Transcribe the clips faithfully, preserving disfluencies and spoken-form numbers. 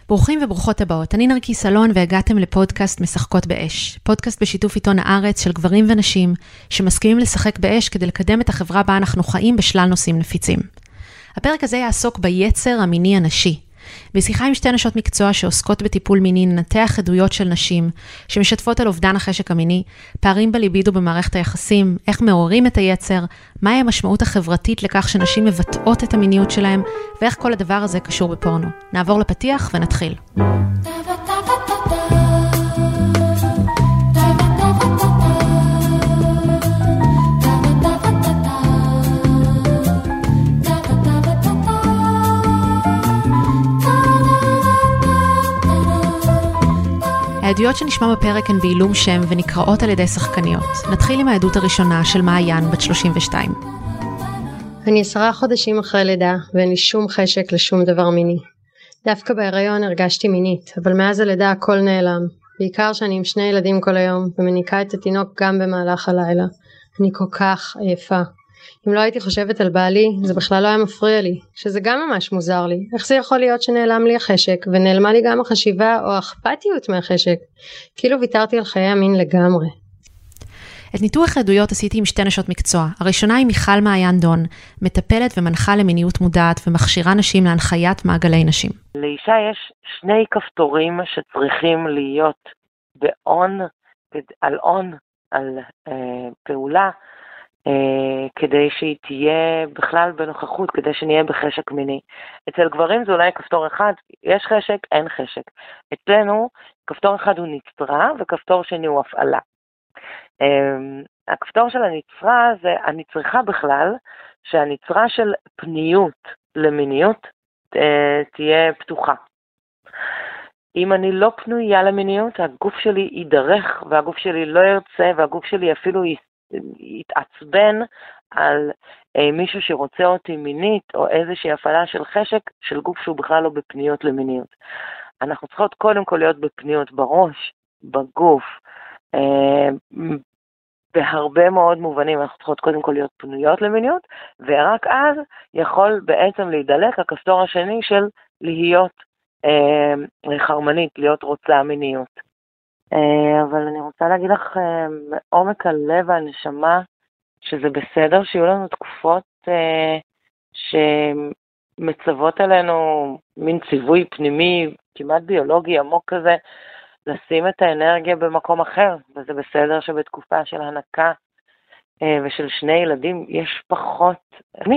ברוכים וברוכות הבאות, אני נרקיס אלון והגעתם לפודקאסט משחקות באש. פודקאסט בשיתוף עיתון הארץ של גברים ונשים שמסכימים לשחק באש כדי לקדם את החברה בה אנחנו חיים בשלל נושאים נפיצים. הפרק הזה יעסוק ביצר המיני הנשי. בשיחה עם שתי נשות מקצוע שעוסקות בטיפול מיני ננתח עדויות של נשים שמשתפות על אובדן החשק המיני, פערים בליבידו במערכת היחסים, איך מעוררים את היצר, מהי המשמעות החברתית לכך שנשים מבטאות את המיניות שלהם, ואיך כל הדבר הזה קשור בפורנו. נעבור לפתיח ונתחיל. העדויות שנשמע בפרק הן בעילום שם ונקראות על ידי שחקניות. נתחיל עם העדות הראשונה של מעיין, בת שלושים ושתיים. אני עשרה חודשים אחרי לידה ואין לי שום חשק לשום דבר מיני. דווקא בהיריון הרגשתי מינית, אבל מאז הלידה הכל נעלם. בעיקר שאני עם שני ילדים כל היום ומניקה את התינוק גם במהלך הלילה. אני כל כך עייפה. אם לא הייתי חושבת על בעלי, זה בכלל לא היה מפריע לי, שזה גם ממש מוזר לי. איך זה יכול להיות שנעלם לי החשק, ונעלמה לי גם החשיבה או האכפתיות מהחשק? כאילו ויתרתי על חיי המין לגמרי. את ניתוח העדויות עשיתי עם שתי נשות מקצוע. הראשונה היא מיכל מעיין דון, מטפלת ומנחה למיניות מודעת ומכשירה נשים להנחיית מעגלי נשים. לאישה יש שני כפתורים שצריכים להיות באון, על און, על אה, פעולה, Uh, כדי שהיא תהיה בכלל בנוכחות, כדי שנהיה בחשק מיני. אצל גברים זה אולי כפתור אחד, יש חשק, אין חשק. אצלנו כפתור אחד הוא נצרה וכפתור שני הוא הפעלה. Uh, הכפתור של הנצרה זה הנצריכה בכלל, שהנצרה של פניות למיניות uh, תהיה פתוחה. אם אני לא פנויה למיניות, הגוף שלי יידרך והגוף שלי לא ירצה והגוף שלי אפילו ייסע. יתעצבן על אה, מישהו שרוצה אותי מינית או איזושהי הפעלה של חשק של גוף שהוא בכלל לא בפניות למיניות. אנחנו צריכות קודם כל להיות בפניות בראש, בגוף, אה, בהרבה מאוד מובנים אנחנו צריכות קודם כל להיות פנויות למיניות, ורק אז יכול בעצם להידלק הכפתור השני של להיות אה, חרמנית, להיות רוצה מיניות. אבל אני רוצה להגיד לך מעומק הלב והנשמה שזה בסדר שיהיו לנו תקופות שמצוות עלינו מין ציווי פנימי כמעט ביולוגי עמוק כזה לשים את האנרגיה במקום אחר, וזה בסדר שבתקופה של הנקה ושל שני ילדים יש פחות אני.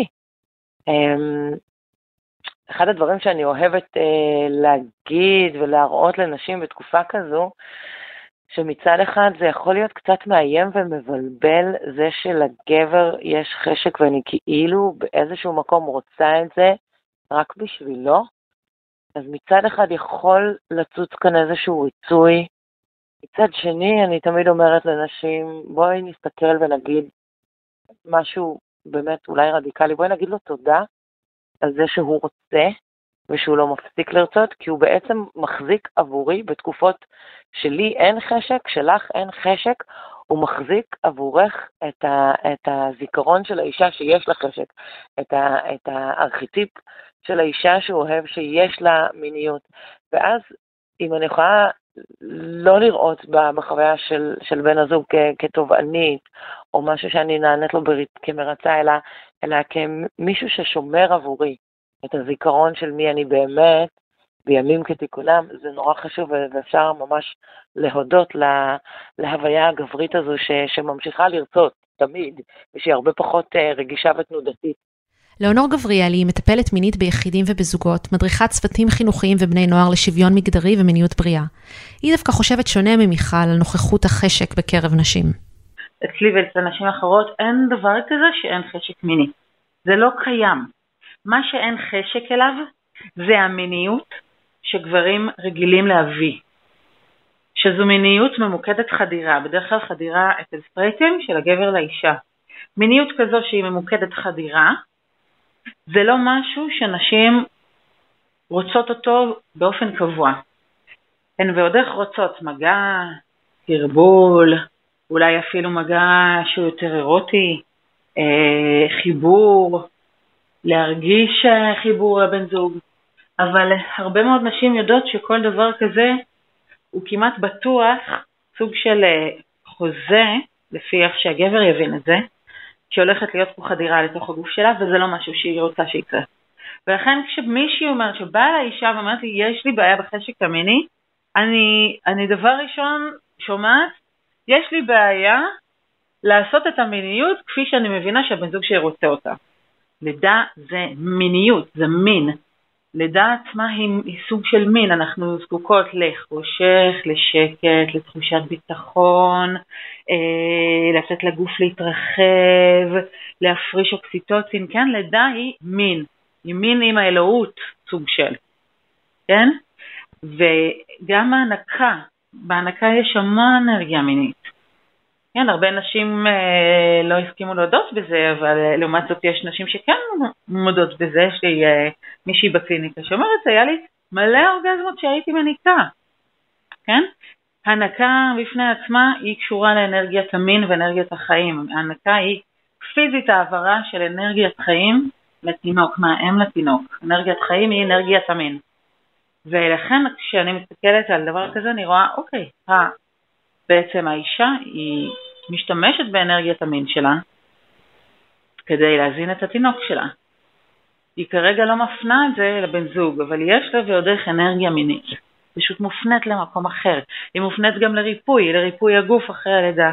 אחד הדברים שאני אוהבת להגיד ולהראות לנשים בתקופה כזו שמצד אחד זה יכול להיות קצת מאיים ומבלבל זה שלגבר יש חשק ואני כאילו באיזשהו מקום רוצה את זה רק בשבילו. אז מצד אחד יכול לצוץ כאן איזשהו ריצוי. מצד שני אני תמיד אומרת לנשים בואי נסתכל ונגיד משהו באמת אולי רדיקלי. בואי נגיד לו תודה על זה שהוא רוצה ושהוא לא מפסיק לרצות, כי הוא בעצם מחזיק עבורי בתקופות שלי אין חשק, שלך אין חשק, הוא מחזיק עבורך את, ה, את הזיכרון של האישה שיש לה חשק, את, ה, את הארכיטיפ של האישה שהוא אוהב שיש לה מיניות. ואז אם אני יכולה לא לראות בה בחוויה של, של בן הזוג כ, כתובענית, או משהו שאני נענית לו ברית, כמרצה, אלא, אלא כמישהו ששומר עבורי את הזיכרון של מי אני באמת, בימים כתיקונם, זה נורא חשוב, ואפשר ממש להודות לה, להוויה הגברית הזו ש, שממשיכה לרצות תמיד, ושהיא הרבה פחות רגישה ותנודתית. לאונור גבריאלי היא מטפלת מינית ביחידים ובזוגות, מדריכת צוותים חינוכיים ובני נוער לשוויון מגדרי ומיניות בריאה. היא דווקא חושבת שונה ממיכל על נוכחות החשק בקרב נשים. אצלי ואצל נשים אחרות אין דבר כזה שאין חשק מיני. זה לא קיים. מה שאין חשק אליו זה המיניות שגברים רגילים להביא. שזו מיניות ממוקדת חדירה, בדרך כלל חדירה אצל סטרייטים של הגבר לאישה. מיניות כזו שהיא ממוקדת חדירה, זה לא משהו שנשים רוצות אותו באופן קבוע. הן ועוד איך רוצות מגע, תרבול, אולי אפילו מגע שהוא יותר אירוטי, חיבור, להרגיש חיבור לבן זוג, אבל הרבה מאוד נשים יודעות שכל דבר כזה הוא כמעט בטוח סוג של חוזה, לפי איך שהגבר יבין את זה, שהולכת להיות פה חדירה לתוך הגוף שלה, וזה לא משהו שהיא רוצה שיקרה. ולכן כשמישהי אומרת שבאה לאישה ואומרת לי, יש לי בעיה בחשק המיני, אני, אני דבר ראשון שומעת, יש לי בעיה לעשות את המיניות כפי שאני מבינה שהבן זוג שלי רוצה אותה. לידה זה מיניות, זה מין. לידה עצמה היא, היא סוג של מין, אנחנו זקוקות לחושך, לשקט, לתחושת ביטחון, אה, לתת לגוף להתרחב, להפריש אוקסיטוצין, כן? לידה היא מין, היא מין עם האלוהות סוג של, כן? וגם ההנקה, בהנקה יש המון אנרגיה מינית. כן, הרבה נשים אה, לא הסכימו להודות בזה, אבל אה, לעומת זאת יש נשים שכן מודות בזה. יש לי אה, מישהי בקליניקה שאומרת, היה לי מלא אורגזמות שהייתי מניקה. כן? הנקה בפני עצמה היא קשורה לאנרגיית המין ואנרגיית החיים. ההנקה היא פיזית העברה של אנרגיית חיים לתינוק, מהאם לתינוק. אנרגיית חיים היא אנרגיית המין. ולכן כשאני מסתכלת על דבר כזה, אני רואה, אוקיי, אה, בעצם האישה היא משתמשת באנרגיית המין שלה כדי להזין את התינוק שלה. היא כרגע לא מפנה את זה לבן זוג, אבל יש לה ועוד איך אנרגיה מינית. פשוט מופנית למקום אחר. היא מופנית גם לריפוי, לריפוי הגוף אחרי הלידה.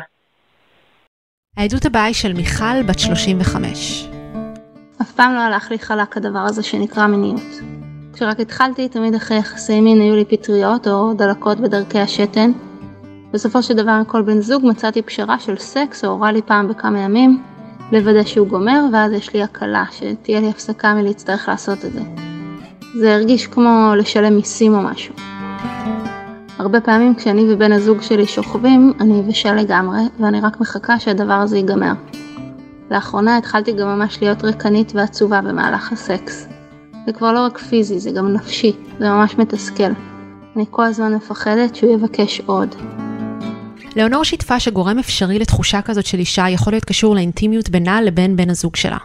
העדות הבאה היא של מיכל, בת שלושים וחמש. אף פעם לא הלך לי חלק הדבר הזה שנקרא מיניות. כשרק התחלתי, תמיד אחרי יחסי מין היו לי פטריות או דלקות בדרכי השתן. בסופו של דבר עם כל בן זוג מצאתי פשרה של סקס או אוראלי פעם בכמה ימים, לוודא שהוא גומר, ואז יש לי הקלה שתהיה לי הפסקה מלהצטרך לעשות את זה. זה הרגיש כמו לשלם מיסים או משהו. הרבה פעמים כשאני ובן הזוג שלי שוכבים, אני יבשה לגמרי, ואני רק מחכה שהדבר הזה ייגמר. לאחרונה התחלתי גם ממש להיות ריקנית ועצובה במהלך הסקס. זה כבר לא רק פיזי, זה גם נפשי, זה ממש מתסכל. אני כל הזמן מפחדת שהוא יבקש עוד. לאונור שיתפה שגורם אפשרי לתחושה כזאת של אישה יכול להיות קשור לאינטימיות בינה לבין בן הזוג שלה.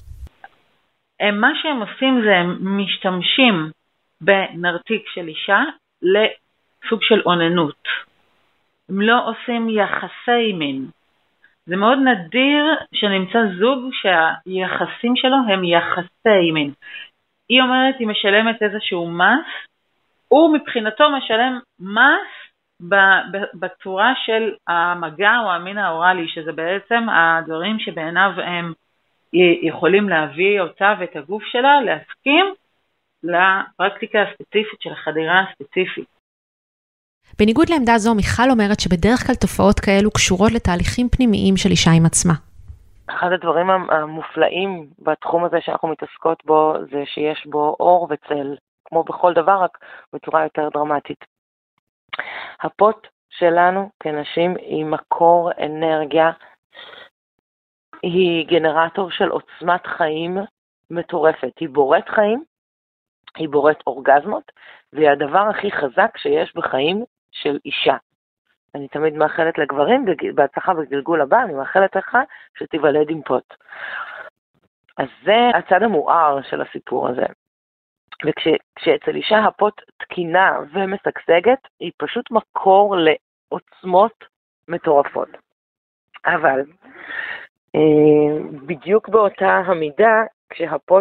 מה שהם עושים זה הם משתמשים בנרתיק של אישה לסוג של עוננות. הם לא עושים יחסי מין. זה מאוד נדיר שנמצא זוג שהיחסים שלו הם יחסי מין. היא אומרת, היא משלמת איזשהו מס, הוא מבחינתו משלם מס בצורה של המגע או המין האוראלי, שזה בעצם הדברים שבעיניו הם יכולים להביא אותה ואת הגוף שלה להסכים לפרקטיקה הספציפית של החדירה הספציפית. בניגוד לעמדה זו, מיכל אומרת שבדרך כלל תופעות כאלו קשורות לתהליכים פנימיים של אישה עם עצמה. אחד הדברים המופלאים בתחום הזה שאנחנו מתעסקות בו זה שיש בו אור וצל, כמו בכל דבר, רק בצורה יותר דרמטית. הפוט שלנו כנשים היא מקור אנרגיה, היא גנרטור של עוצמת חיים מטורפת. היא בורת חיים, היא בורת אורגזמות, והיא הדבר הכי חזק שיש בחיים של אישה. אני תמיד מאחלת לגברים, בהצלחה בגלגול הבא, אני מאחלת לך שתיוולד עם פוט. אז זה הצד המואר של הסיפור הזה. וכשאצל אישה הפוט תקינה ומשגשגת, היא פשוט מקור לעוצמות מטורפות. אבל בדיוק באותה המידה, כשהפוט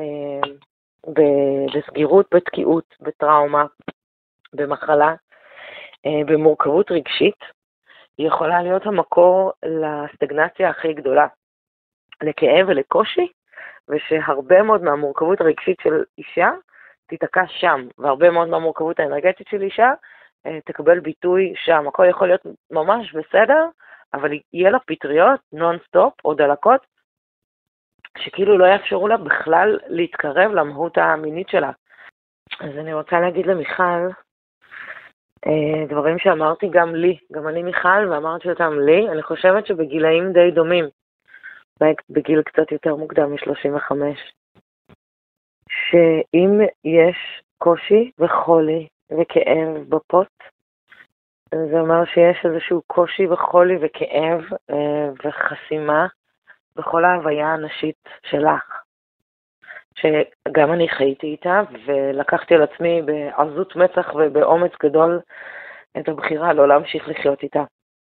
בסגירות, בתקיעות, בטראומה, במחלה, במורכבות רגשית, היא יכולה להיות המקור לסטגנציה הכי גדולה, לכאב ולקושי, ושהרבה מאוד מהמורכבות הרגשית של אישה תתקע שם, והרבה מאוד מהמורכבות האנרגטית של אישה תקבל ביטוי שם. הכל יכול להיות ממש בסדר, אבל יהיה לה פטריות, נון-סטופ או דלקות, שכאילו לא יאפשרו לה בכלל להתקרב למהות המינית שלה. אז אני רוצה להגיד למיכל, דברים שאמרתי גם לי, גם אני מיכל ואמרתי אותם לי, אני חושבת שבגילאים די דומים, בגיל קצת יותר מוקדם מ-שלושים וחמש, שאם יש קושי וחולי וכאב בפוט, זה אומר שיש איזשהו קושי וחולי וכאב וחסימה בכל ההוויה הנשית שלך. שגם אני חייתי איתה, ולקחתי על עצמי בעזות מצח ובאומץ גדול את הבחירה לא להמשיך לחיות איתה.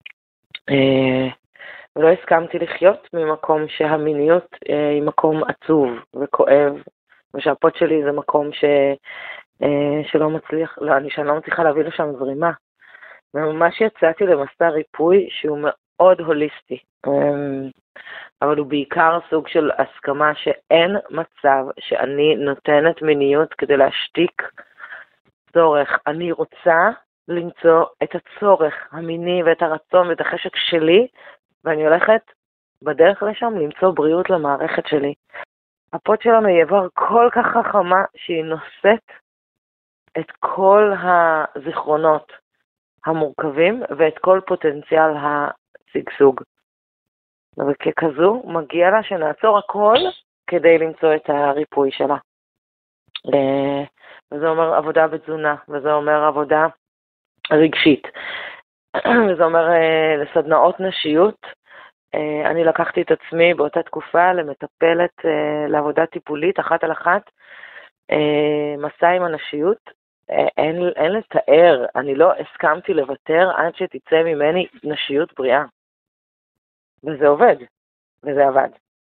ולא הסכמתי לחיות ממקום שהמיניות היא מקום עצוב וכואב, ושהפות שלי זה מקום ש... שלא מצליח, לא, אני, שאני לא מצליחה להביא לשם זרימה. וממש יצאתי למסע ריפוי שהוא מאוד הוליסטי, אבל הוא בעיקר סוג של הסכמה שאין מצב שאני נותנת מיניות כדי להשתיק צורך. אני רוצה למצוא את הצורך המיני ואת הרצון ואת החשק שלי, ואני הולכת בדרך לשם למצוא בריאות למערכת שלי. הפות שלנו היא איבר כל כך חכמה שהיא נושאת את כל הזיכרונות המורכבים ואת כל פוטנציאל השגשוג. וככזו מגיע לה שנעצור הכל כדי למצוא את הריפוי שלה. וזה אומר עבודה בתזונה, וזה אומר עבודה רגשית, וזה אומר לסדנאות נשיות. אני לקחתי את עצמי באותה תקופה למטפלת לעבודה טיפולית אחת על אחת, מסע עם הנשיות. אין, אין לתאר, אני לא הסכמתי לוותר עד שתצא ממני נשיות בריאה. וזה עובד, וזה עבד.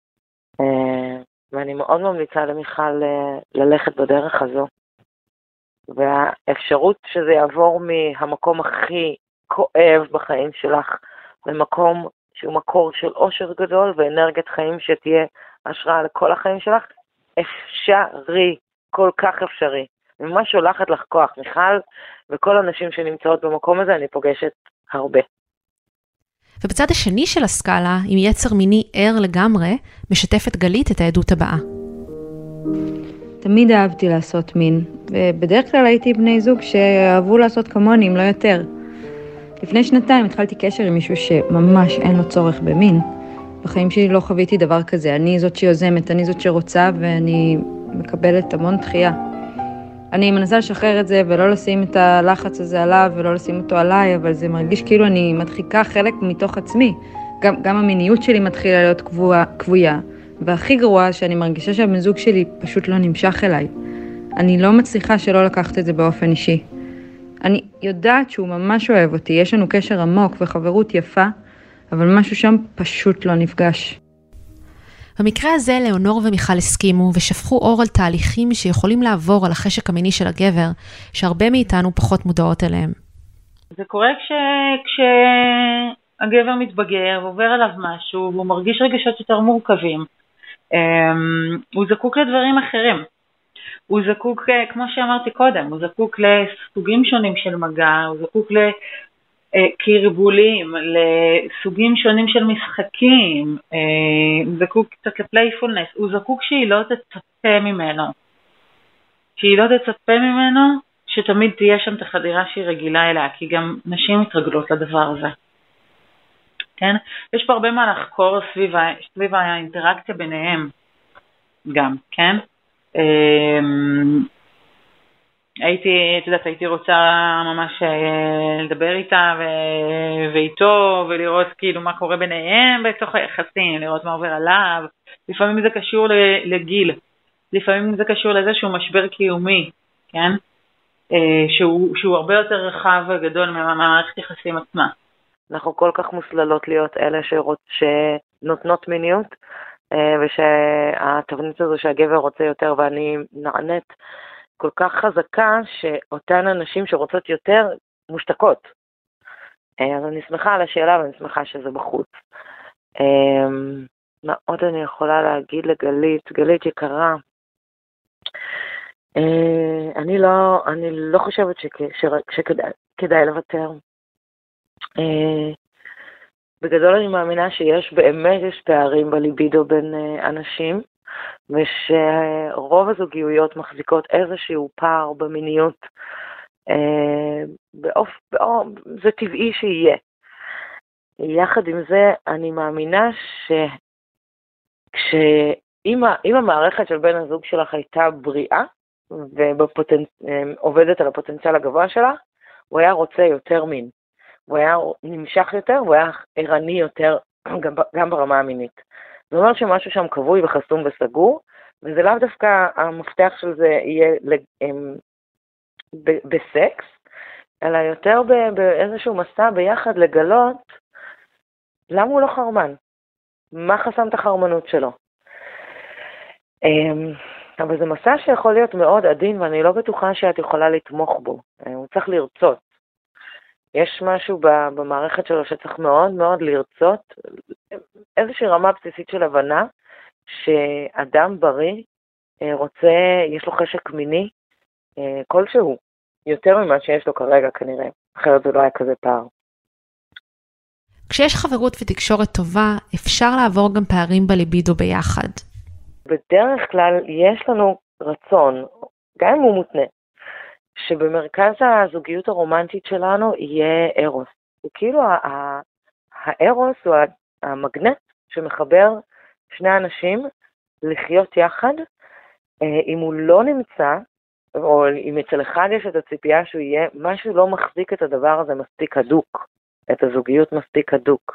ואני מאוד ממליצה למיכל ללכת בדרך הזו. והאפשרות שזה יעבור מהמקום הכי כואב בחיים שלך, למקום שהוא מקור של אושר גדול ואנרגיית חיים שתהיה השראה לכל החיים שלך, אפשרי, כל כך אפשרי. ממש הולכת לך כוח, מיכל, וכל הנשים שנמצאות במקום הזה אני פוגשת הרבה. ובצד השני של הסקאלה, עם יצר מיני ער לגמרי, משתפת גלית את העדות הבאה. תמיד אהבתי לעשות מין, ובדרך כלל הייתי בני זוג שאהבו לעשות כמוני, אם לא יותר. לפני שנתיים התחלתי קשר עם מישהו שממש אין לו צורך במין. בחיים שלי לא חוויתי דבר כזה, אני זאת שיוזמת, אני זאת שרוצה, ואני מקבלת המון דחייה. אני מנסה לשחרר את זה ולא לשים את הלחץ הזה עליו ולא לשים אותו עליי, אבל זה מרגיש כאילו אני מדחיקה חלק מתוך עצמי. גם, גם המיניות שלי מתחילה להיות קבועה, קבויה, והכי גרוע שאני מרגישה שהבן זוג שלי פשוט לא נמשך אליי. אני לא מצליחה שלא לקחת את זה באופן אישי. אני יודעת שהוא ממש אוהב אותי, יש לנו קשר עמוק וחברות יפה, אבל משהו שם פשוט לא נפגש. במקרה הזה לאונור ומיכל הסכימו ושפכו אור על תהליכים שיכולים לעבור על החשק המיני של הגבר, שהרבה מאיתנו פחות מודעות אליהם. זה קורה כש... כשהגבר מתבגר ועובר עליו משהו, והוא מרגיש רגשות יותר מורכבים. הוא זקוק לדברים אחרים. הוא זקוק, כמו שאמרתי קודם, הוא זקוק לסוגים שונים של מגע, הוא זקוק לקרבולים, לסוגים שונים של משחקים, הוא זקוק קצת לפלייפולנס, הוא זקוק שהיא לא תצפה ממנו. שהיא לא תצפה ממנו, שתמיד תהיה שם את החדירה שהיא רגילה אליה, כי גם נשים מתרגלות לדבר הזה. כן? יש פה הרבה מה לחקור סביב, סביב האינטראקציה ביניהם גם, כן? הייתי, את יודעת, הייתי רוצה ממש לדבר איתה ו- ואיתו ולראות כאילו מה קורה ביניהם בתוך היחסים, לראות מה עובר עליו. לפעמים זה קשור לגיל, לפעמים זה קשור לזה שהוא משבר קיומי, כן? שהוא, שהוא הרבה יותר רחב וגדול מהמערכת יחסים עצמה. אנחנו כל כך מוסללות להיות אלה שרוצ... שנותנות מיניות, ושהתבנית הזו שהגבר רוצה יותר ואני נענית כל כך חזקה שאותן אנשים שרוצות יותר מושתקות. אז אני שמחה על השאלה ואני שמחה שזה בחוץ. מה עוד אני יכולה להגיד לגלית? גלית יקרה. אני לא, אני לא חושבת שכדאי לוותר. בגדול אני מאמינה שיש באמת יש פערים בליבידו בין אנשים, ושרוב הזוגיות מחזיקות איזשהו פער במיניות, באופ... באופ... זה טבעי שיהיה. יחד עם זה אני מאמינה שאם המערכת של בן הזוג שלך הייתה בריאה, ועובדת על הפוטנציאל הגבוה שלה, הוא היה רוצה יותר מין. הוא היה נמשך יותר, הוא היה ערני יותר גם, גם ברמה המינית. זה אומר שמשהו שם קבוי וחסום וסגור, וזה לאו דווקא המפתח של זה יהיה בסקס, אלא יותר באיזשהו מסע ביחד לגלות למה הוא לא חרמן, מה חסם את החרמנות שלו. אבל זה מסע שיכול להיות מאוד עדין, ואני לא בטוחה שאת יכולה לתמוך בו, הוא צריך לרצות. יש משהו במערכת שלו שצריך מאוד מאוד לרצות, איזושהי רמה בסיסית של הבנה, שאדם בריא רוצה, יש לו חשק מיני, כלשהו, יותר ממה שיש לו כרגע כנראה, אחרת זה לא היה כזה פער. כשיש חברות ותקשורת טובה, אפשר לעבור גם פערים בליבידו ביחד. בדרך כלל יש לנו רצון, גם אם הוא מותנה, שבמרכז הזוגיות הרומנטית שלנו יהיה ארוס. וכאילו הארוס הוא המגנט שמחבר שני אנשים לחיות יחד. אם הוא לא נמצא, או אם אצל אחד יש את הציפייה שהוא יהיה, משהו לא מחזיק את הדבר הזה מספיק הדוק, את הזוגיות מספיק הדוק.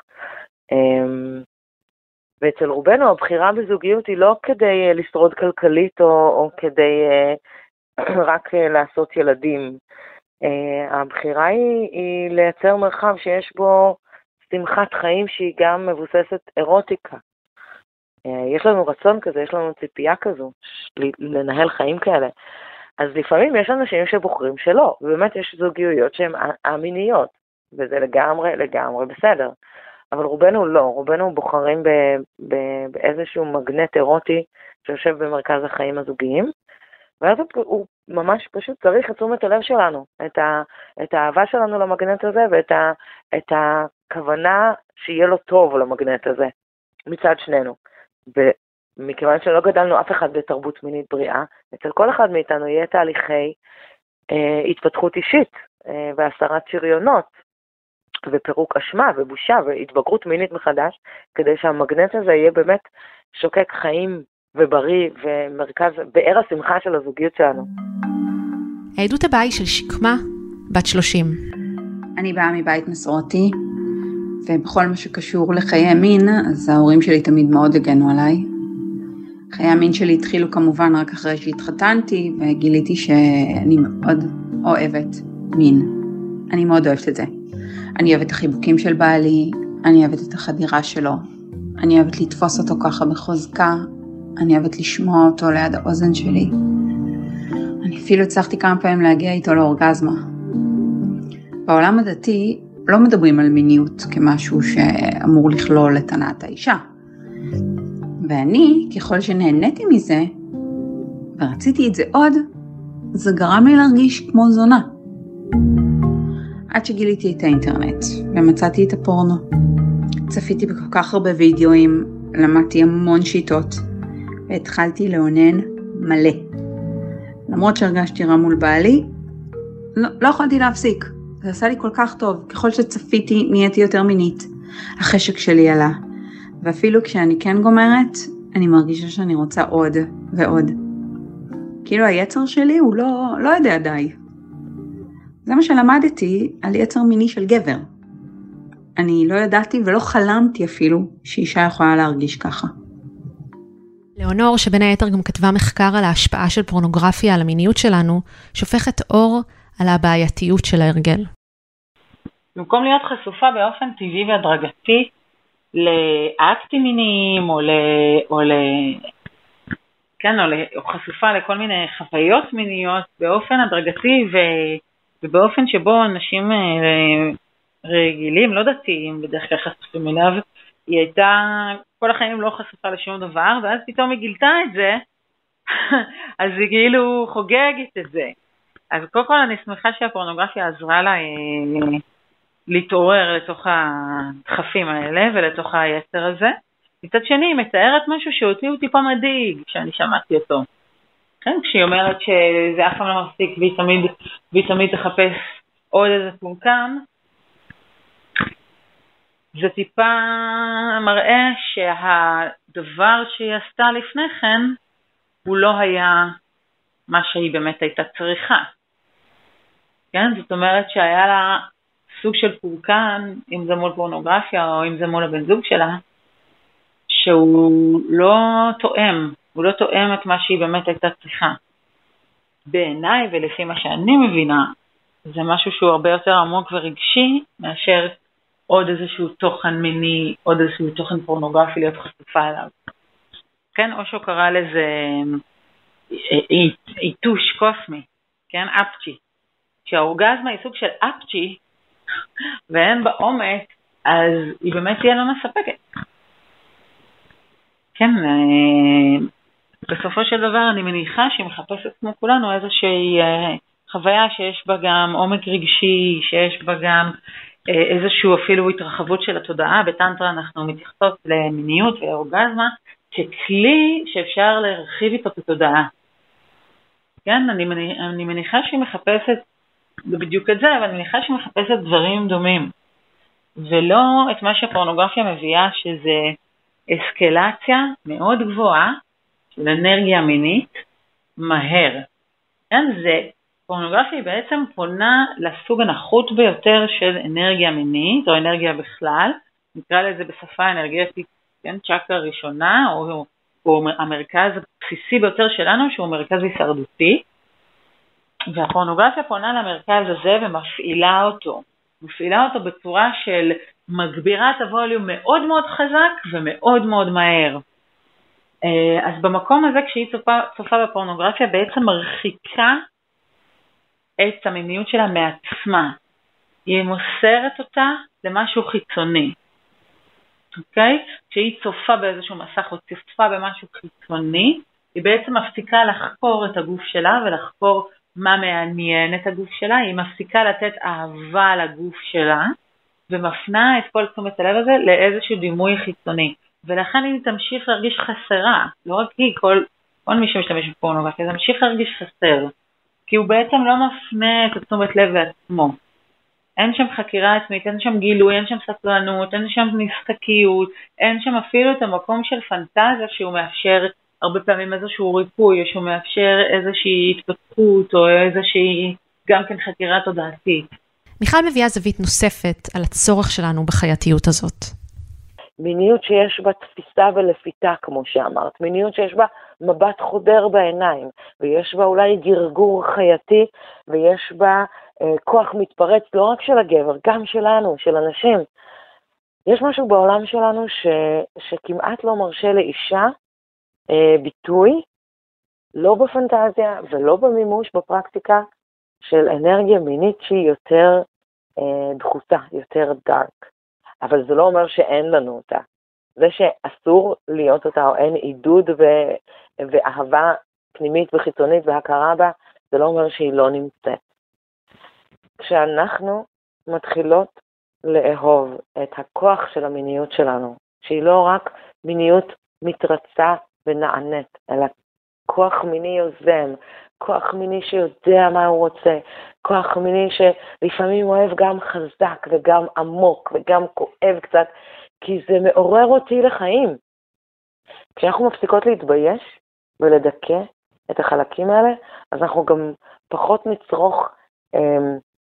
ואצל רובנו הבחירה בזוגיות היא לא כדי לשרוד כלכלית, או, או כדי רק לעשות ילדים. הבחירה היא, היא לייצר מרחב שיש בו שמחת חיים שהיא גם מבוססת אירוטיקה. יש לנו רצון כזה, יש לנו ציפייה כזו, לנהל חיים כאלה. אז לפעמים יש אנשים שבוחרים שלא, ובאמת יש זוגיות שהן אמיניות, וזה לגמרי, לגמרי בסדר. אבל רובנו לא, רובנו בוחרים ב, ב, באיזשהו מגנט אירוטי שיושב במרכז החיים הזוגיים, ואז הוא ממש פשוט צריך את תשומת הלב שלנו, את, ה, את האהבה שלנו למגנט הזה, ואת ה, את הכוונה שיהיה לו טוב למגנט הזה, מצד שנינו. ומכיוון שלא גדלנו אף אחד בתרבות מינית בריאה, אצל כל אחד מאיתנו יהיה תהליכי אה, התפתחות אישית, אה, והסרת שריונות, ופירוק אשמה ובושה והתבגרות מינית מחדש, כדי שהמגנט הזה יהיה באמת שוקק חיים ובריא ומרכז, באר השמחה של הזוגיות שלנו. העדות הבאה היא של שקמה, בת שלושים. אני באה מבית מסורתי, ובכל מה שקשור לחיי מין, אז ההורים שלי תמיד מאוד הגנו עליי. חיי המין שלי התחילו כמובן רק אחרי שהתחתנתי, וגיליתי שאני מאוד אוהבת מין. אני מאוד אוהבת את זה. אני אוהבת את החיבוקים של בעלי, אני אוהבת את החדירה שלו, אני אוהבת לתפוס אותו ככה בחוזקה, אני אוהבת לשמוע אותו ליד האוזן שלי. אני אפילו הצלחתי כמה פעמים להגיע איתו לאורגזמה. בעולם הדתי לא מדברים על מיניות כמשהו שאמור לכלול את הנעת האישה. ואני, ככל שנהניתי מזה, ורציתי את זה עוד, זה גרם לי להרגיש כמו זונה. עד שגיליתי את האינטרנט, ומצאתי את הפורנו. צפיתי בכל כך הרבה וידאוים, למדתי המון שיטות, והתחלתי לעונן מלא. למרות שהרגשתי רע מול בעלי, לא, לא יכולתי להפסיק. זה עשה לי כל כך טוב. ככל שצפיתי, נהייתי יותר מינית. החשק שלי עלה. ואפילו כשאני כן גומרת, אני מרגישה שאני רוצה עוד ועוד. כאילו היצר שלי הוא לא, לא יודע די. זה מה שלמדתי על יצר מיני של גבר. אני לא ידעתי ולא חלמתי אפילו שאישה יכולה להרגיש ככה. ליאונור, שבין היתר גם כתבה מחקר על ההשפעה של פורנוגרפיה על המיניות שלנו, שופכת אור על הבעייתיות של ההרגל. במקום להיות חשופה באופן טבעי והדרגתי לאקטים מיניים או ל... או ל... כן, או, ל... או חשופה לכל מיני חוויות מיניות באופן הדרגתי ו... ובאופן שבו אנשים רגילים, לא דתיים, בדרך כלל חשופים אליו, היא הייתה כל החיים לא חשופה לשום דבר, ואז פתאום היא גילתה את זה, אז היא כאילו חוגגת את זה. אז קודם כל אני שמחה שהפורנוגרפיה עזרה לה להתעורר לתוך הדחפים האלה ולתוך היצר הזה. מצד שני היא מתארת משהו שאותי הוא טיפה מדאיג כשאני שמעתי אותו. כן, כשהיא אומרת שזה אף פעם לא מפסיק והיא תמיד, והיא תמיד תחפש עוד איזה פונקן, זה טיפה מראה שהדבר שהיא עשתה לפני כן הוא לא היה מה שהיא באמת הייתה צריכה. כן, זאת אומרת שהיה לה סוג של פונקן, אם זה מול פורנוגרפיה או אם זה מול הבן זוג שלה, שהוא לא תואם, הוא לא תואם את מה שהיא באמת הייתה צריכה. בעיניי ולפי מה שאני מבינה, זה משהו שהוא הרבה יותר עמוק ורגשי מאשר עוד איזשהו תוכן מיני, עוד איזשהו תוכן פורנוגרפי להיות חשופה אליו. כן, או שהוא קרא לזה איתוש קוסמי, כן, אפצ'י. כשהאורגזמה היא סוג של אפצ'י, ואין בעומק, אז היא באמת תהיה לא מספקת. כן, בסופו של דבר אני מניחה שהיא מחפשת כמו כולנו איזושהי חוויה שיש בה גם עומק רגשי, שיש בה גם איזשהו אפילו התרחבות של התודעה. בטנטרה אנחנו מתייחסות למיניות ואורגזמה ככלי שאפשר להרחיב איתו את התודעה. כן, אני, מניח, אני מניחה שהיא מחפשת בדיוק את זה, אבל אני מניחה שהיא מחפשת דברים דומים. ולא את מה שהפורנוגרפיה מביאה, שזה אסקלציה מאוד גבוהה של אנרגיה מינית מהר. כן, זה, פורנוגרפיה היא בעצם פונה לסוג הנחות ביותר של אנרגיה מינית, או אנרגיה בכלל, נקרא לזה בשפה אנרגטית, כן, צ'קרה ראשונה, או, או המרכז הבסיסי ביותר שלנו, שהוא מרכז הישרדותי, והפורנוגרפיה פונה למרכז הזה ומפעילה אותו. מפעילה אותו בצורה של מגבירה את הווליום מאוד מאוד חזק ומאוד מאוד מהר. אז במקום הזה, כשהיא צופה, צופה בפורנוגרפיה, בעצם מרחיקה את המיניות שלה מעצמה. היא מוסרת אותה למשהו חיצוני. אוקיי? כשהיא צופה באיזשהו מסך או צופה במשהו חיצוני, היא בעצם מפסיקה לחקור את הגוף שלה ולחקור מה מעניין את הגוף שלה. היא מפסיקה לתת אהבה לגוף שלה, ומפנה את כל תשומת הלב הזה לאיזשהו דימוי חיצוני. ולכן היא תמשיך להרגיש חסרה, לא רק היא, כל, כל מי שמשתמש בפורנוגרפיה, זה תמשיך להרגיש חסר, כי הוא בעצם לא מפנה את תשומת לב לעצמו. אין שם חקירה עצמית, אין שם גילוי, אין שם סקרנות, אין שם משחקיות, אין שם אפילו את המקום של פנטזיה שהוא מאפשר הרבה פעמים איזשהו ריפוי, או שהוא מאפשר איזושהי התפתחות, או איזושהי גם כן חקירה תודעתית. מיכל מביאה זווית נוספת על הצורך שלנו בחייתיות הזאת. מיניות שיש בה תפיסה ולפיתה, כמו שאמרת, מיניות שיש בה מבט חודר בעיניים, ויש בה אולי גרגור חייתי, ויש בה אה, כוח מתפרץ לא רק של הגבר, גם שלנו, של אנשים. יש משהו בעולם שלנו ש, שכמעט לא מרשה לאישה אה, ביטוי, לא בפנטזיה ולא במימוש, בפרקטיקה של אנרגיה מינית שהיא יותר אה, דחוסה, יותר דארק. אבל זה לא אומר שאין לנו אותה. זה שאסור להיות אותה, או אין עידוד ו- ואהבה פנימית וחיצונית והכרה בה, זה לא אומר שהיא לא נמצאת. כשאנחנו מתחילות לאהוב את הכוח של המיניות שלנו, שהיא לא רק מיניות מתרצה ונענית, אלא כוח מיני יוזם, כוח מיני שיודע מה הוא רוצה, כוח מיני שלפעמים אוהב גם חזק וגם עמוק וגם כואב קצת, כי זה מעורר אותי לחיים. כשאנחנו מפסיקות להתבייש ולדכא את החלקים האלה, אז אנחנו גם פחות נצרוך אה,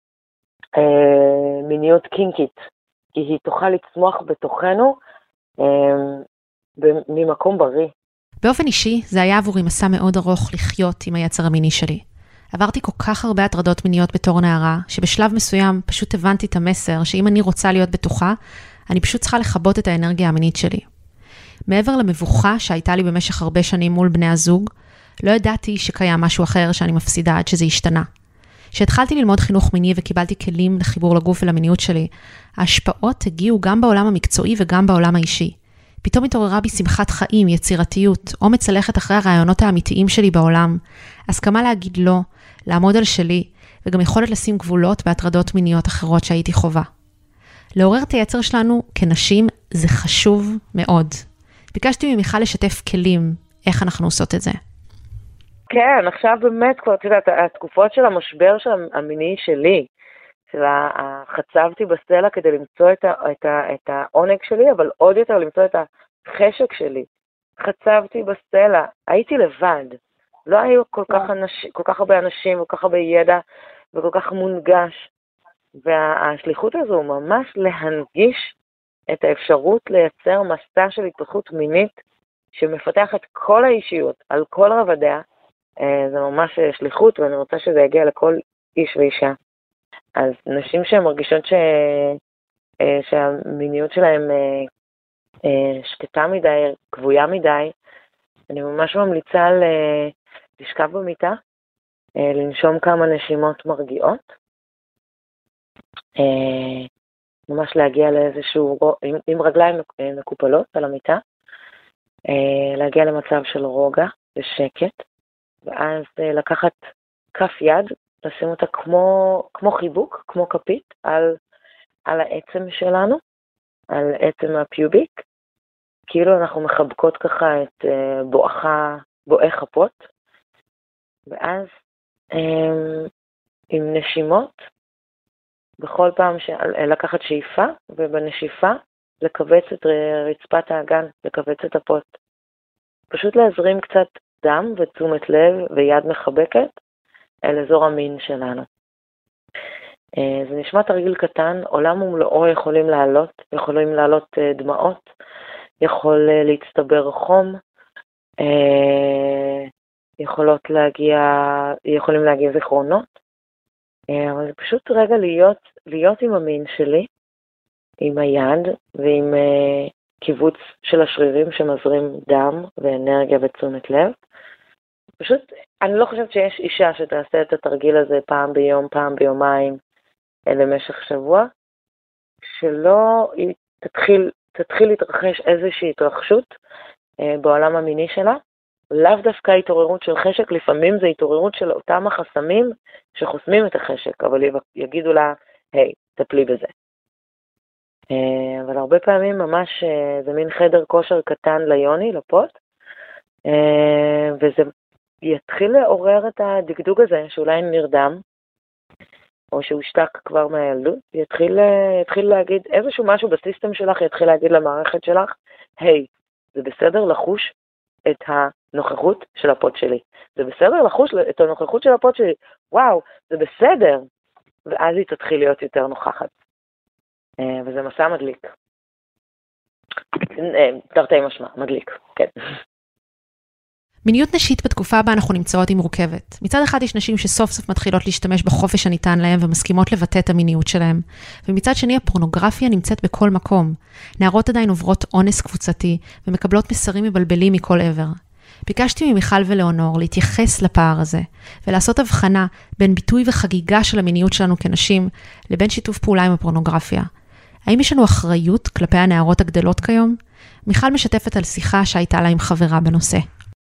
אה, מיניות קינקית, כי היא תוכל לצמוח בתוכנו אה, ממקום בריא. באופן אישי, זה היה עבורי מסע מאוד ארוך לחיות עם היצר המיני שלי. עברתי כל כך הרבה הטרדות מיניות בתור נערה, שבשלב מסוים פשוט הבנתי את המסר שאם אני רוצה להיות בטוחה, אני פשוט צריכה לחבות את האנרגיה המינית שלי. מעבר למבוכה שהייתה לי במשך הרבה שנים מול בני הזוג, לא ידעתי שקיים משהו אחר שאני מפסידה עד שזה השתנה. כשהתחלתי ללמוד חינוך מיני וקיבלתי כלים לחיבור לגוף ולמיניות שלי, ההשפעות הגיעו גם בעולם המקצועי וגם בעולם האישי. פתאום התעוררה בי שמחת חיים, יצירתיות, אומץ ללכת אחרי הרעיונות האמיתיים שלי בעולם, הסכמה להגיד לא, לעמוד על שלי, וגם יכולת לשים גבולות בהטרדות מיניות אחרות שהייתי חובה. לעורר את היצר שלנו כנשים זה חשוב מאוד. ביקשתי ממיכל לשתף כלים, איך אנחנו עושות את זה. כן, עכשיו באמת כבר, אתה יודע, התקופות של המשבר של המיני שלי, של חצבתי בסלע כדי למצוא את, ה, את, ה, את העונג שלי, אבל עוד יותר למצוא את החשק שלי. חצבתי בסלע, הייתי לבד. לא היו כל כך, אנש, כל כך הרבה אנשים, כל כך הרבה ידע, וכל כך מונגש. והשליחות הזו ממש להנגיש את האפשרות לייצר מסע של התפתחות מינית שמפתח את כל האישיות על כל רבדיה. זה ממש שליחות, ואני רוצה שזה יגיע לכל איש ואישה. אז נשים שהן מרגישות ש... שהמיניות שלהן שקטה מדי, קבויה מדי, אני ממש ממליצה לשכב במיטה, לנשום כמה נשימות מרגיעות, ממש להגיע לאיזשהו, עם, עם רגליים מקופלות על המיטה, להגיע למצב של רוגע ושקט, ואז לקחת כף יד, לשים אותה כמו, כמו חיבוק, כמו כפית, על, על העצם שלנו, על עצם הפיוביק, כאילו אנחנו מחבקות ככה את בואכה, בואי כפות, ואז עם נשימות, בכל פעם לקחת שאיפה, ובנשיפה לקבץ את רצפת האגן, לקבץ את הפות. פשוט להזרים קצת דם ותשומת לב ויד מחבקת אל אזור המין שלנו. זה נשמע תרגיל קטן, עולם ומלואו יכולים לעלות, יכולים לעלות דמעות, יכול להצטבר חום, יכולות להגיע, יכולים להגיע זיכרונות, אבל זה פשוט רגע להיות, להיות עם המין שלי, עם היד ועם קיבוץ של השרירים שמזרים דם ואנרגיה ותשומת לב. פשוט, אני לא חושבת שיש אישה שתעשה את התרגיל הזה פעם ביום, פעם ביומיים, למשך שבוע, שלא תתחיל, תתחיל להתרחש איזושהי התרחשות בעולם המיני שלה, לאו דווקא התעוררות של חשק, לפעמים זה התעוררות של אותם החסמים שחוסמים את החשק, אבל יגידו לה, היי, תפלי בזה. אבל הרבה פעמים ממש זה מין חדר כושר קטן ליוני, לפות, וזה יתחיל לעורר את הדגדוג הזה, שאולי נרדם, או שהוא השתק כבר מהילדות, יתחיל, יתחיל להגיד, איזשהו משהו בסיסטם שלך יתחיל להגיד למערכת שלך, היי, זה בסדר לחוש את הנוכחות של הפות שלי. זה בסדר לחוש את הנוכחות של הפות שלי. וואו, זה בסדר. ואז היא תתחיל להיות יותר נוכחת. וזה מסע מדליק. תרתי משמע, מדליק, כן. מיניות נשית בתקופה בה אנחנו נמצאות היא מורכבת. מצד אחד יש נשים שסוף סוף מתחילות להשתמש בחופש הניתן להם ומסכימות לבטא את המיניות שלהם. ומצד שני הפורנוגרפיה נמצאת בכל מקום. נערות עדיין עוברות אונס קבוצתי ומקבלות מסרים מבלבלים מכל עבר. ביקשתי ממיכל ולאונור להתייחס לפער הזה ולעשות הבחנה בין ביטוי וחגיגה של המיניות שלנו כנשים לבין שיתוף פעולה עם הפורנוגרפיה. האם יש לנו אחריות כלפי הנערות הגדלות כיום? מיכל משתפת על שיחה שהייתה לה עם חברה בנושא.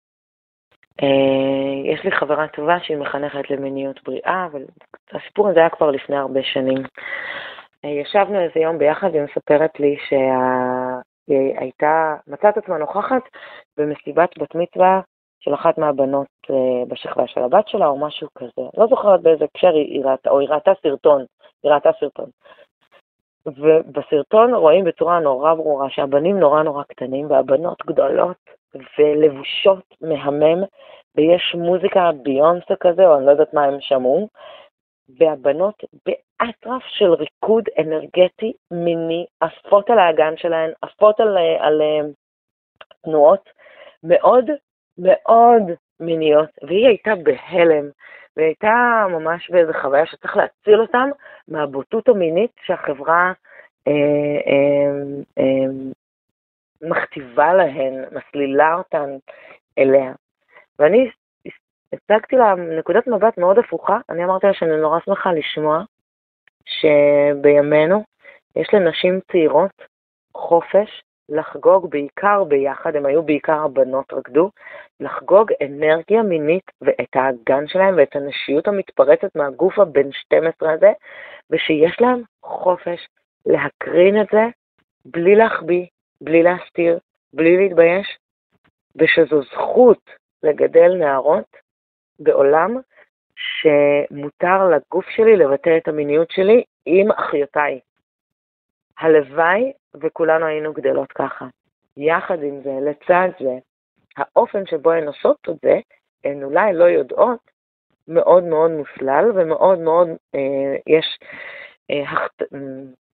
יש לי חברה טובה שהיא מחנכת למיניות בריאה, אבל הסיפור הזה היה כבר לפני הרבה שנים. ישבנו איזה יום ביחד והיא מספרת לי שהיא הייתה, מצאת עצמה נוכחת במסיבת בת מצווה של אחת מהבנות בשכבה של הבת שלה או משהו כזה. לא זוכרת באיזה הקשר היא ראתה, או היא ראתה סרטון, היא ראתה סרטון. ובסרטון רואים בצורה נורא ברורה שהבנים נורא נורא קטנים והבנות גדולות ולבושות מהמם, ויש מוזיקה ביונסה כזה, או אני לא יודעת מה הם שמעו, והבנות באטרף של ריקוד אנרגטי מיני, עפות על האגן שלהן, עפות על, על, על תנועות מאוד מאוד מיניות, והיא הייתה בהלם, והיא הייתה ממש באיזו חוויה שצריך להציל אותם מהבוטות המינית שהחברה אה, אה, אה, מכתיבה להן, מסלילה אותן אליה. ואני הצגתי לה נקודת מבט מאוד הפוכה, אני אמרתי לה שאני נורא שמחה לשמוע שבימינו יש לנשים צעירות חופש לחגוג בעיקר ביחד, הם היו בעיקר הבנות רקדו, לחגוג אנרגיה מינית ואת האגן שלהם ואת הנשיות המתפרצת מהגוף הבן שתים עשרה הזה, ושיש להם חופש להקרין את זה בלי להחביא, בלי להסתיר, בלי להתבייש, ושזו זכות לגדל נערות בעולם שמותר לגוף שלי לבטא את המיניות שלי עם אחיותיי. הלוואי וכולנו היינו גדלות ככה. יחד עם זה, לצד זה, האופן שבו הן עושות את זה, הן אולי לא יודעות, מאוד מאוד מוסלל ומאוד מאוד אה, יש אה,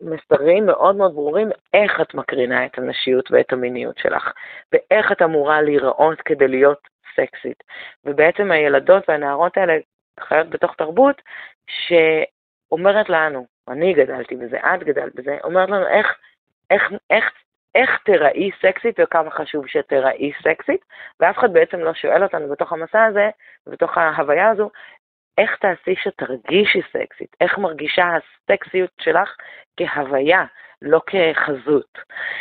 מסרים מאוד מאוד ברורים איך את מקרינה את הנשיות ואת המיניות שלך, ואיך את אמורה להיראות כדי להיות סקסית. ובעצם הילדות והנערות האלה חיות בתוך תרבות שאומרת לנו, אני גדלתי בזה, את גדלת בזה, אומרת לנו איך, איך, איך, איך תראי סקסית וכמה חשוב שתראי סקסית, ואף אחד בעצם לא שואל אותנו בתוך המסע הזה, בתוך ההוויה הזו, איך תעשי שתרגישי סקסית, איך מרגישה הסקסיות שלך כהוויה, לא כחזות.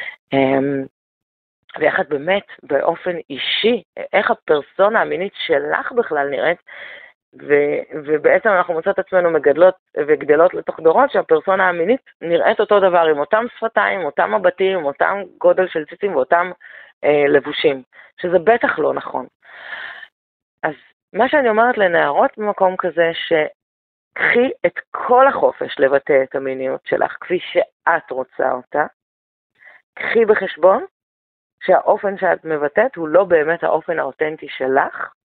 ואיך את באמת באופן אישי, איך הפרסונה המינית שלך בכלל נראית, ו- ובעצם אנחנו מוצאות עצמנו מגדלות וגדלות לתוך דורות שהפרסונה המינית נראית אותו דבר, עם אותם שפתיים, עם אותם מבטים, עם אותם גודל של ציצים ואותם אה, לבושים, שזה בטח לא נכון. אז מה שאני אומרת לנערות במקום כזה, שקחי את כל החופש לבטא את המיניות שלך כפי שאת רוצה אותה, קחי בחשבון שהאופן שאת מבטאת הוא לא באמת האופן האותנטי שלך,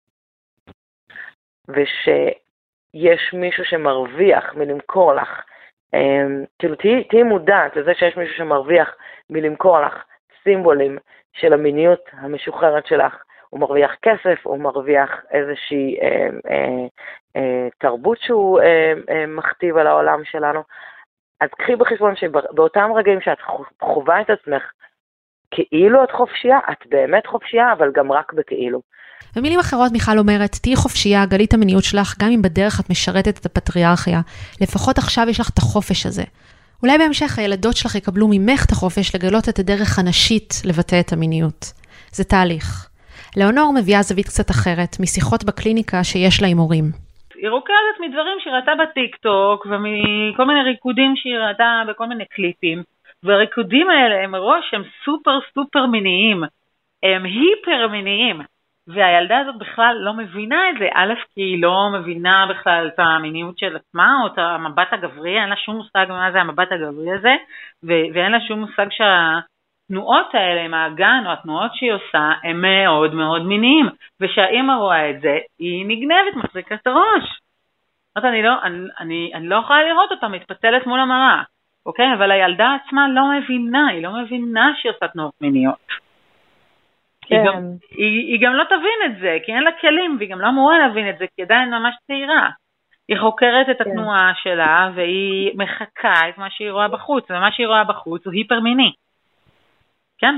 ושיש מישהו שמרוויח מלמכור לך, כאילו תהי, תהי מודעת לזה שיש מישהו שמרוויח מלמכור לך סימבולים של המיניות המשוחררת שלך, הוא מרוויח כסף, הוא מרוויח איזושהי אה, אה, אה, תרבות שהוא אה, אה, מכתיב על העולם שלנו. אז קחי בחשבון שבאותם רגעים שאת חובה את עצמך, כאילו את חופשייה, את באמת חופשייה, אבל גם רק בכאילו. במילים אחרות מיכל אומרת, תהי חופשייה, גלי את המיניות שלך, גם אם בדרך את משרתת את הפטריארכיה. לפחות עכשיו יש לך את החופש הזה. אולי בהמשך הילדות שלך יקבלו ממך את החופש לגלות את הדרך הנשית לבטא את המיניות. זה תהליך. לאונור מביאה זווית קצת אחרת, משיחות בקליניקה שיש לה עם הורים. היא רוקדת מדברים שהיא ראתה בטיק טוק, ומכל מיני ריקודים שהיא ראתה בכל מיני קליפים, והריקודים האלה הם מראש הם סופר סופר מיניים, הם היפר מיניים, והילדה הזאת בכלל לא מבינה את זה, א' כי היא לא מבינה בכלל את המיניות של עצמה, או את המבט הגברי, אין לה שום מושג מה זה המבט הגברי הזה, ואין לה שום מושג שה... התנועות האלה עם האגן או התנועות שהיא עושה הם מאוד מאוד מיניים, ושהאמא רואה את זה, היא נגנבת, מחזיקה את הראש. אני לא, אני, אני, אני לא יכולה לראות אותה מתפצלת מול המראה, אוקיי? אבל הילדה עצמה לא מבינה, היא לא מבינה שהיא עושה תנועות מיניות. כן. היא, גם, היא, היא גם לא תבין את זה, כי אין לה כלים, והיא גם לא אמורה להבין את זה, כי עדיין ממש צעירה. היא חוקרת את התנועה כן. שלה, והיא מחכה את מה שהיא רואה בחוץ, ומה שהיא רואה בחוץ הוא היפר מיני. כן,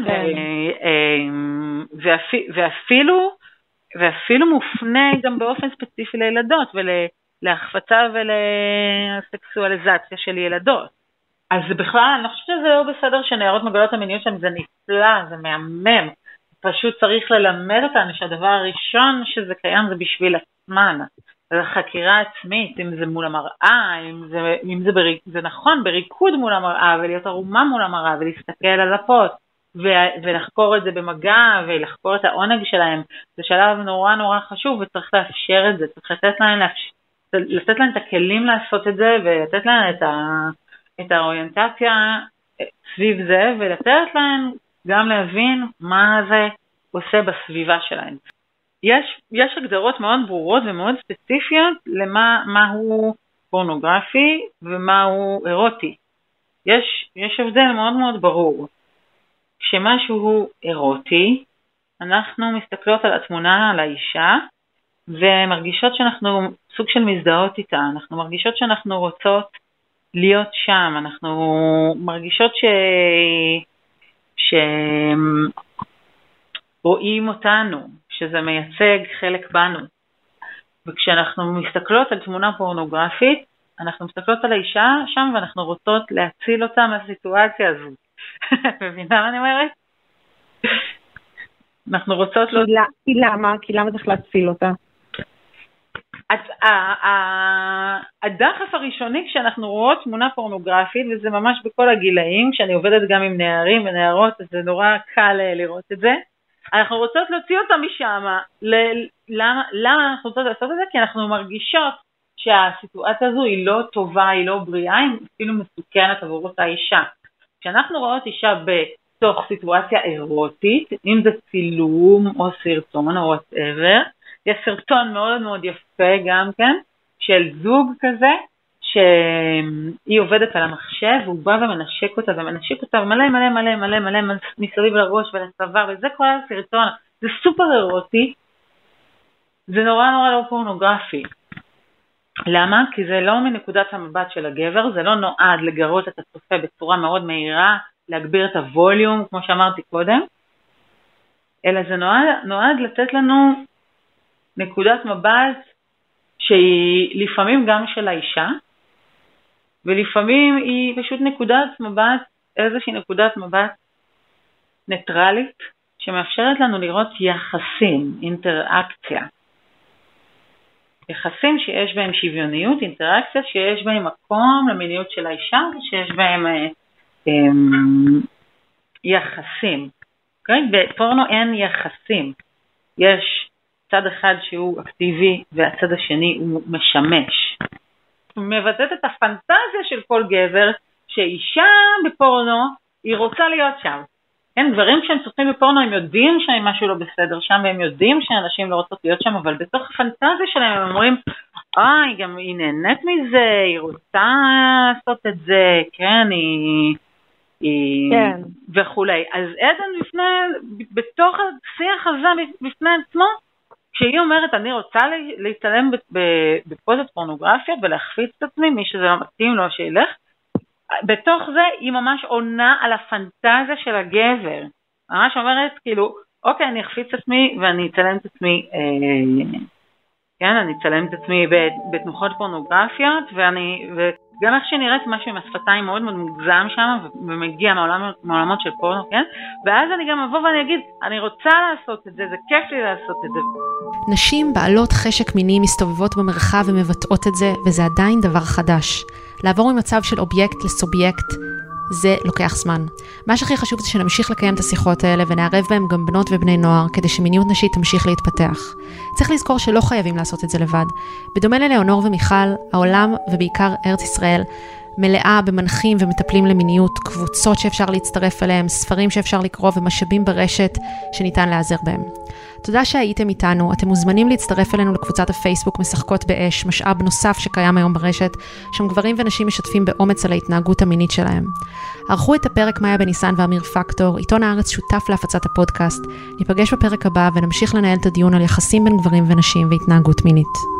ואפילו, ואפילו מופנה גם באופן ספציפי לילדות, ולהחפצה ולסקסואליזציה של ילדות. אז בכלל, אני חושבת שזה לא בסדר שנערות מגלות המיניות שם, זה נפלא, זה מהמם. פשוט צריך ללמד אותנו שהדבר הראשון שזה קיים זה בשביל עצמן. זה חקירה עצמית, אם זה מול המראה, אם זה, אם זה, בריק, זה נכון, בריקוד מול המראה, ולהיות ערומה מול המראה, ולהסתכל על הפות. ולחקור את זה במגע ולחקור את העונג שלהם, זה שלב נורא נורא חשוב וצריך לאפשר את זה, צריך לתת להם, לאפשר, לתת להם את הכלים לעשות את זה ולתת להם את, ה, את האוריינטציה סביב זה ולתת להם גם להבין מה זה עושה בסביבה שלהם. יש, יש הגדרות מאוד ברורות ומאוד ספציפיות למה מהו פורנוגרפי ומהו אירוטי. יש, יש הבדל מאוד מאוד ברור. כשמשהו הוא אירוטי, אנחנו מסתכלות על התמונה, על האישה, ומרגישות שאנחנו סוג של מזדהות איתה, אנחנו מרגישות שאנחנו רוצות להיות שם, אנחנו מרגישות ש... שרואים אותנו, שזה מייצג חלק בנו. וכשאנחנו מסתכלות על תמונה פורנוגרפית, אנחנו מסתכלות על האישה שם, ואנחנו רוצות להציל אותה מהסיטואציה הזו. מבינה מה אני אומרת? אנחנו רוצות לא... כי למה? כי למה צריך להציל אותה? הדחף הראשוני כשאנחנו רואות תמונה פורנוגרפית, וזה ממש בכל הגילאים, כשאני עובדת גם עם נערים ונערות, אז זה נורא קל לראות את זה, אנחנו רוצות להוציא אותה משם. למה אנחנו רוצות לעשות את זה? כי אנחנו מרגישות שהסיטואציה הזו היא לא טובה, היא לא בריאה, היא אפילו מסוכנת עבור אותה אישה. כשאנחנו רואות אישה בתוך סיטואציה אירוטית, אם זה צילום או סרטון או whatever, יש סרטון מאוד מאוד יפה גם כן, של זוג כזה, שהיא עובדת על המחשב, והוא בא ומנשק אותה, ומנשק אותה מלא מלא מלא מלא מלא מסביב לראש ולצוואר, וזה כל הסרטון, זה סופר אירוטי, זה נורא נורא לא פורנוגרפי. למה? כי זה לא מנקודת המבט של הגבר, זה לא נועד לגרות את הצופה בצורה מאוד מהירה, להגביר את הווליום, כמו שאמרתי קודם, אלא זה נועד, נועד לתת לנו נקודת מבט שהיא לפעמים גם של האישה, ולפעמים היא פשוט נקודת מבט, איזושהי נקודת מבט ניטרלית, שמאפשרת לנו לראות יחסים, אינטראקציה. יחסים שיש בהם שוויוניות, אינטראקציה שיש בהם מקום למיניות של האישה, שיש בהם אה, אה, יחסים. Okay? בפורנו אין יחסים. יש צד אחד שהוא אקטיבי והצד השני הוא משמש. הוא מבטאת את הפנטזיה של כל גבר שאישה בפורנו היא רוצה להיות שם. כן, גברים כשהם צופים בפורנו הם יודעים שמשהו לא בסדר שם והם יודעים שאנשים לא רוצות להיות שם, אבל בתוך הפנטזיה שלהם הם אומרים, אה, גם היא נהנית מזה, היא רוצה לעשות את זה, כן, היא... היא... כן. וכולי. אז עדן בפני, בתוך השיח הזה בפני עצמו, כשהיא אומרת, אני רוצה להתעלם בפוזות פורנוגרפיות ולהחפיץ את עצמי, מי שזה לא מתאים לו שילך, בתוך זה היא ממש עונה על הפנטזיה של הגבר. ממש אומרת, כאילו, אוקיי, אני אחפיץ את עצמי ואני אצלם את עצמי, אה, כן, אני אצלם את עצמי בתנוחות פורנוגרפיות, ואני, וגם איך שנראית משהו עם השפתיים מאוד מאוד מוגזם שם, ומגיע מעולמות, מעולמות של פורנו, כן? ואז אני גם אבוא ואני אגיד, אני רוצה לעשות את זה, זה כיף לי לעשות את זה. נשים בעלות חשק מיני מסתובבות במרחב ומבטאות את זה, וזה עדיין דבר חדש. לעבור ממצב של אובייקט לסובייקט, זה לוקח זמן. מה שהכי חשוב זה שנמשיך לקיים את השיחות האלה, ונערב בהם גם בנות ובני נוער, כדי שמיניות נשית תמשיך להתפתח. צריך לזכור שלא חייבים לעשות את זה לבד. בדומה ללאונור ומיכל, העולם, ובעיקר ארץ ישראל, מלאה במנחים ומטפלים למיניות, קבוצות שאפשר להצטרף אליהם, ספרים שאפשר לקרוא ומשאבים ברשת שניתן לעזר בהם. תודה שהייתם איתנו, אתם מוזמנים להצטרף אלינו לקבוצת הפייסבוק משחקות באש, משאב נוסף שקיים היום ברשת, שם גברים ונשים משתפים באומץ על ההתנהגות המינית שלהם. ערכו את הפרק מאיה בניסן ואמיר פקטור, עיתון הארץ שותף להפצת הפודקאסט, ניפגש בפרק הבא ונמשיך לנהל את הדיון על יחסים בין גברים ונשים והתנהגות מינית.